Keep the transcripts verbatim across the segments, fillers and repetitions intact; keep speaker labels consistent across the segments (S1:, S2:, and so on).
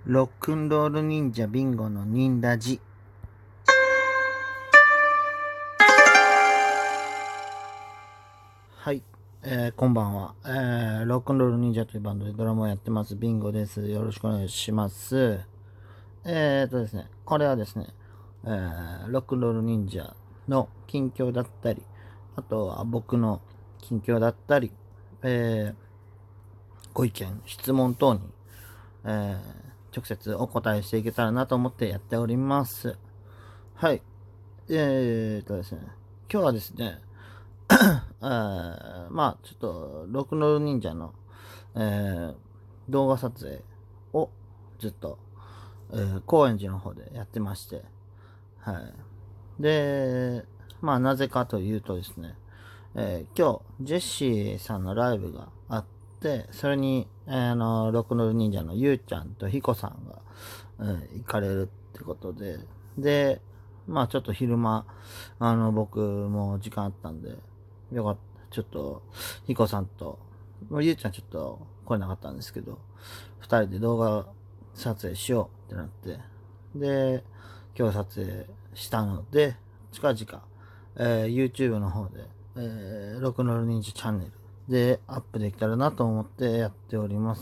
S1: ロックンロール忍者ビンゴの忍ラジ。はい、えー、こんばんは、えー、ロックンロール忍者というバンドでドラムをやってますビンゴです。よろしくお願いします。えーとですねこれはですね、えー、ロックンロール忍者の近況だったり、あとは僕の近況だったり、えー、ご意見質問等に、えー、直接お答えしていけたらなと思ってやっております。はい。えーとですね、今日はですね、あまあ、ちょっと、ロックンロール忍者の、えー動画撮影をずっと、えー高円寺の方でやってまして、はい。で、まあ、なぜかというとですね、えー今日、ジェシーさんのライブがあって、それに、えーあの、ロックンロール忍者のゆうちゃんとヒコさんが、えー行かれるってことで、で、まあちょっと昼間、あの、僕も時間あったんで、よかった。ちょっと、ヒコさんと、ゆうちゃんちょっと来れなかったんですけど、二人で動画撮影しようってなって、で、今日撮影したので、近々、えー YouTube の方で、えー、ロックンロール忍者チャンネルでアップできたらなと思ってやっております。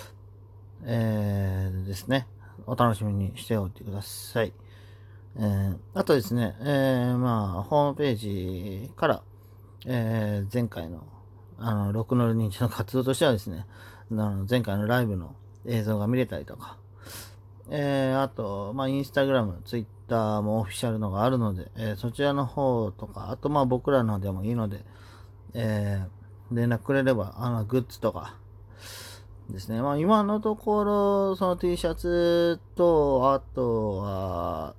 S1: えー、ですね。お楽しみにしておいてください。えー、あとですね、えー、まあ、ホームページから、えー、前回の、あの、ロックノール認知の活動としてはですね、あの前回のライブの映像が見れたりとか、えー、あと、まあ、インスタグラム、ツイッターもオフィシャルのがあるので、えー、そちらの方とか、あと、まあ、僕らの方でもいいので、えー、連絡くれれば、あの、グッズとか、ですね。まあ今のところ、その T シャツと、あとは、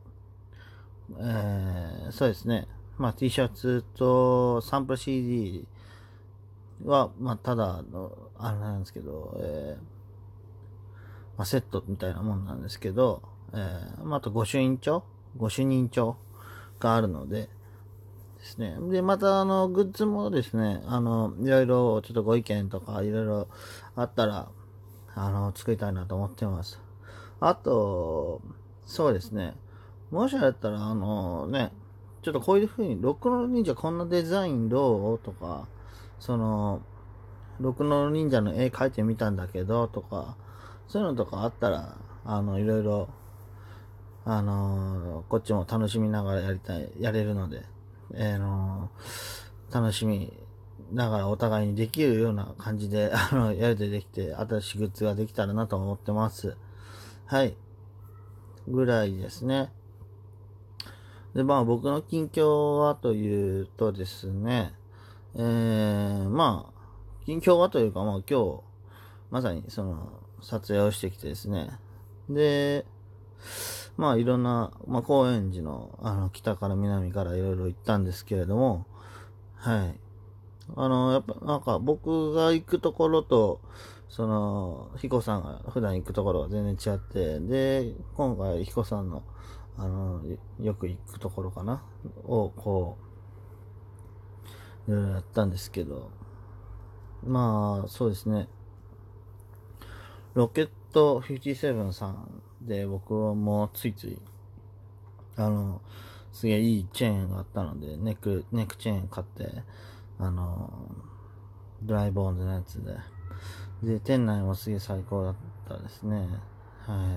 S1: えー、そうですね。まあ T シャツとサンプル シーディー は、まあただの、あれなんですけど、えー、まあ、セットみたいなもんなんですけど、えー、まああと御朱印帳御朱印帳があるので、ですね。で、また、あの、グッズもですね、あの、いろいろ、ちょっとご意見とか、いろいろあったら、あの、作りたいなと思ってます。あと、そうですね。もしあったら、あのね、ちょっとこういう風に、ロックノール忍者こんなデザインどうとか、その、ロックノール忍者の絵描いてみたんだけど、とか、そういうのとかあったら、あの、いろいろ、あのこっちも楽しみながらやりたい、やれるので、えー、の楽しみながらお互いにできるような感じで、あの、やりとりできて、新しいグッズができたらなと思ってます。はい。ぐらいですね。で、まあ僕の近況はというとですね、えー、まあ、近況はというか、まあ今日、まさにその、撮影をしてきてですね。で、まあいろんな、まあ高円寺の、あの、北から南からいろいろ行ったんですけれども、はい。あの、やっぱなんか僕が行くところと、その、彦さんが普段行くところは全然違って、で、今回彦さんの、あの、よく行くところかなを、こう、いろいろやったんですけど、まあ、そうですね。ロケットフィフティセブンさんで僕はもうついつい、あの、すげえいいチェーンがあったので、ネック、ネックチェーン買って、あの、ドライボーンズのやつで、で、店内もすげえ最高だったですね。はい。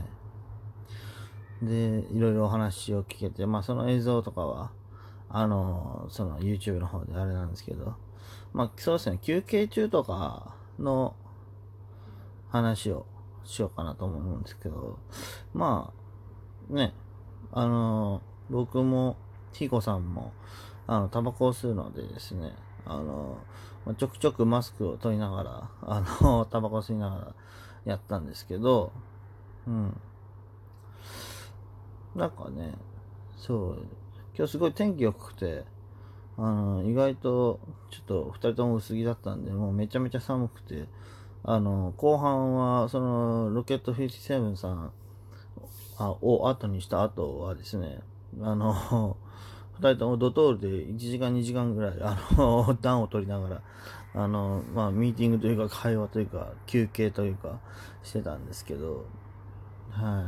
S1: で、いろいろお話を聞けて、まあその映像とかは、あの、その YouTube の方であれなんですけど、まあそうですね、休憩中とかの話をしようかなと思うんですけど、まあ、ね、あの、僕も、ひこさんも、あの、タバコを吸うのでですね、あの、ちょくちょくマスクを取りながら、あの、タバコ吸いながらやったんですけど、うん。なんかね、そう、今日すごい天気良くて、あの、意外と、ちょっと二人とも薄着だったんで、もうめちゃめちゃ寒くて、あの、後半は、その、ロケットフィフティセブンさんあを後にした後はですね、あの、二人ともドトールでいちじかんにじかんぐらい、あの、暖を取りながら、あの、まあ、ミーティングというか会話というか、休憩というか、してたんですけど、 はい。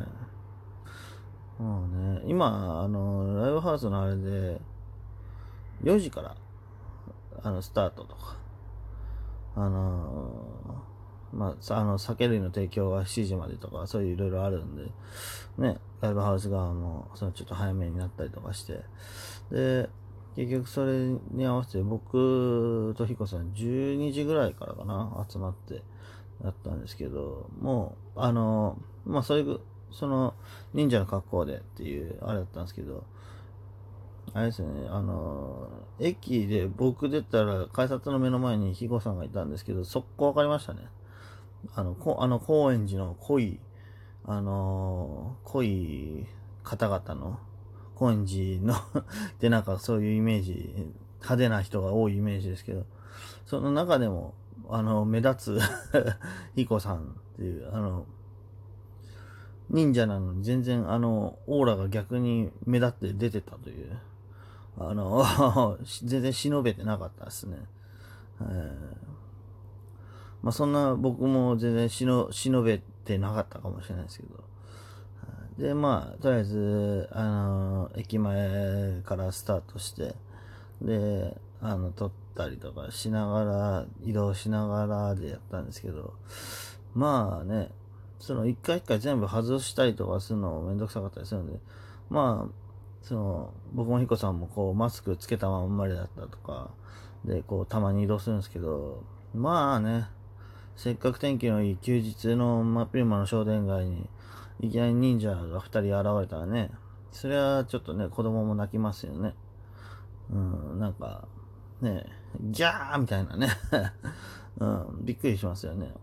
S1: もうね、今、あの、ライブハウスのあれで、よじからあのスタートとか、あのーまあ、あの酒類の提供はしちじまでとか、そういういろいろあるんで、ね、ライブハウス側もそのちょっと早めになったりとかして、で、結局それに合わせて僕とヒコさんじゅうにじぐらいからかな、集まってやったんですけど、もう、あのーまあ、そういう、その、忍者の格好でっていう、あれだったんですけど、あれですね、あの、駅で僕出たら改札の目の前に肥後さんがいたんですけど、速攻わかりましたね。あの、こあの高円寺の濃い、あの濃い方々の、高円寺のでなんかそういうイメージ、派手な人が多いイメージですけど、その中でも、あの、目立つ肥後さんっていう、あの、忍者なのに全然あの、オーラが逆に目立って出てたという。あの、全然忍べてなかったですね。えー、まあそんな僕も全然忍忍べてなかったかもしれないですけど。で、まあ、とりあえず、あの、駅前からスタートして、で、あの、撮ったりとかしながら、移動しながらでやったんですけど、まあね、その一回一回全部外したりとかするのめんどくさかったりするんで、まあ、その、僕もヒコさんもこう、マスクつけたまんまでだったとか、で、こう、たまに移動するんですけど、まあね、せっかく天気のいい休日の真っ昼間の商店街に、いきなり忍者がふたり現れたらね、それはちょっとね、子供も泣きますよね。うん、なんか、ね、ギャーみたいなね、うん、びっくりしますよね。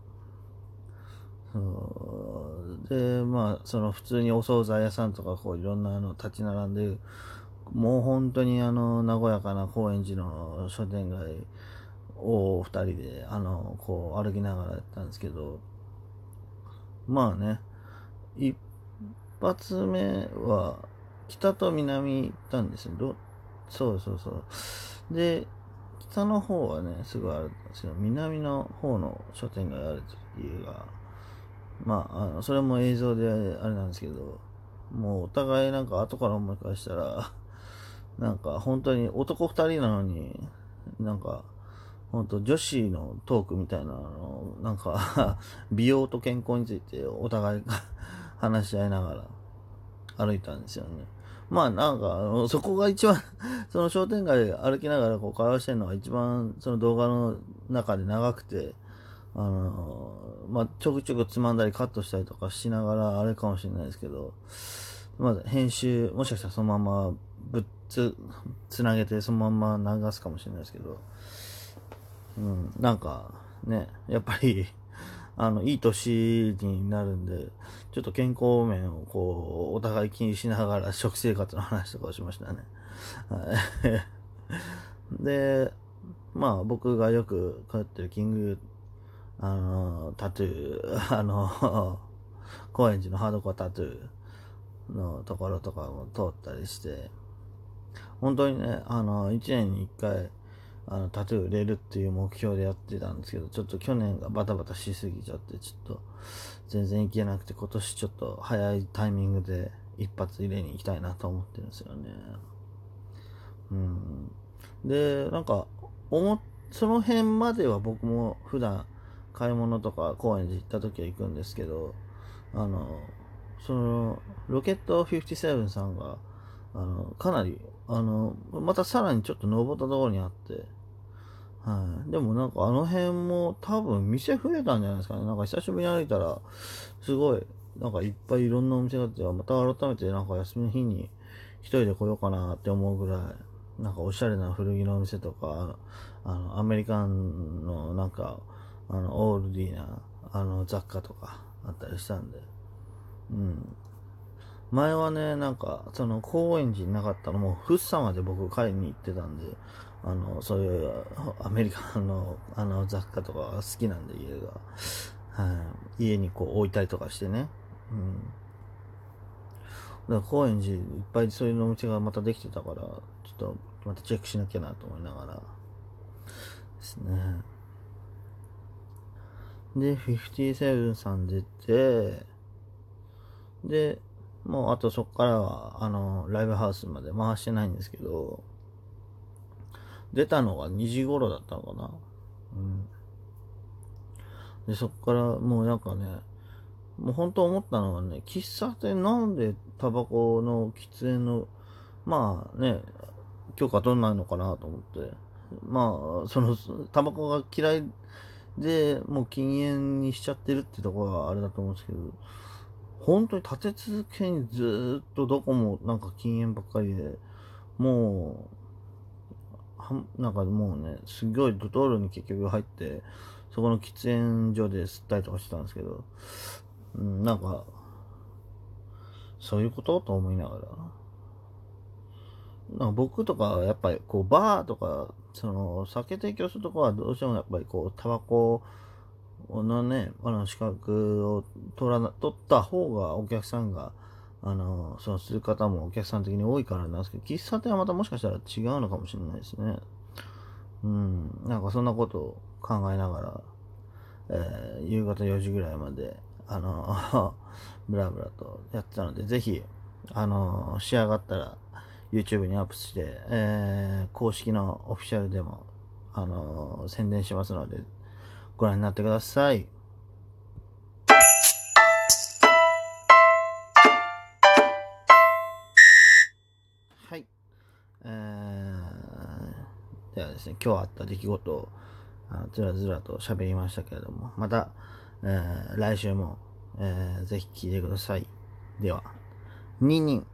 S1: そうで、まあ、その普通にお惣菜屋さんとか、こういろんなあの立ち並んでる、もう本当にあの、和やかな高円寺の商店街を二人で、あの、こう歩きながらやったんですけど、まあね、一発目は、北と南行ったんですよ。どそうそうそう。で、北の方はね、すぐあるんですけど、南の方の商店街ある時が、まあ、あの、それも映像であれなんですけど、もうお互いなんか後から思い返したら、なんか本当に男二人なのに、なんか、本当女子のトークみたいなの、なんか美容と健康についてお互いが話し合いながら歩いたんですよね。まあなんか、あのそこが一番その商店街歩きながらこう会話してるのが一番その動画の中で長くて、あのまあ、ちょくちょくつまんだりカットしたりとかしながらあれかもしれないですけど、まず編集、もしかしたらそのままぶっつ、つなげてそのまま流すかもしれないですけど、うん、なんかね、やっぱりあの、いい年になるんで、ちょっと健康面をこう、お互い気にしながら食生活の話とかをしましたね。はい。で、まあ僕がよく通ってるキングあの、タトゥー、あの、高円寺のハードコアタトゥーのところとかも通ったりして、本当にね、あの、いちねんにいっかい、あの、タトゥー売れるっていう目標でやってたんですけど、ちょっと去年がバタバタしすぎちゃって、ちょっと全然行けなくて、今年ちょっと早いタイミングで一発入れに行きたいなと思ってるんですよね。うん。で、なんか、思っその辺までは僕も普段買い物とか公園で行った時は行くんですけど、あの、その、ロケットフィフティセブンさんが、あの、かなり、あの、またさらにちょっと登ったところにあって、はい。でもなんかあの辺も多分店増えたんじゃないですかね。なんか久しぶりに歩いたら、すごい、なんかいっぱいいろんなお店があって、また改めてなんか休みの日に一人で来ようかなって思うぐらい、なんかおしゃれな古着のお店とか、あの、アメリカンのなんか、あの、オールディーな、あの、雑貨とかあったりしたんで、うん。前はね、なんか、その、高円寺になかったのも、福生まで僕買いに行ってたんで、あの、そういうアメリカの、あの、雑貨とかが好きなんで、家が。はい。家にこう置いたりとかしてね。うん。だから高円寺いっぱいそういうお店がまたできてたから、ちょっとまたチェックしなきゃなと思いながらですね。で、フィフティーセブンさん出て、 で、もうあとそこからは、あの、ライブハウスまで回してないんですけど、出たのがにじ頃だったのかな。うん。で、そこからもうなんかね、もう本当思ったのはね、喫茶店なんでタバコの喫煙の、まあね、許可取んないのかなと思って。まあ、その、タバコが嫌いで、もう禁煙にしちゃってるってところはあれだと思うんですけど、本当に立て続けにずーっとどこもなんか禁煙ばっかりで、もう、はなんかもうね、すごいドトールに結局入って、そこの喫煙所で吸ったりとかしてたんですけど、うん、なんか、そういうことと思いながら。なんか僕とか、やっぱりこう、バーとか、その、酒提供するとこはどうしてもやっぱりこう、タバコのね、あの資格を取らな、取った方がお客さんが、あの、そのする方もお客さん的に多いからなんですけど、喫茶店はまたもしかしたら違うのかもしれないですね。うん、なんかそんなことを考えながら、えー、夕方よじぐらいまで、あの、ブラブラとやってたので、ぜひ、あの、仕上がったら YouTube にアップして、えー、公式のオフィシャルでも、あの、宣伝しますので、ご覧になってください。はい。えー、ではですね、今日あった出来事をずらずらと喋りましたけれども、また、えー、来週も、えー、ぜひ聞いてください。では、ニンニン。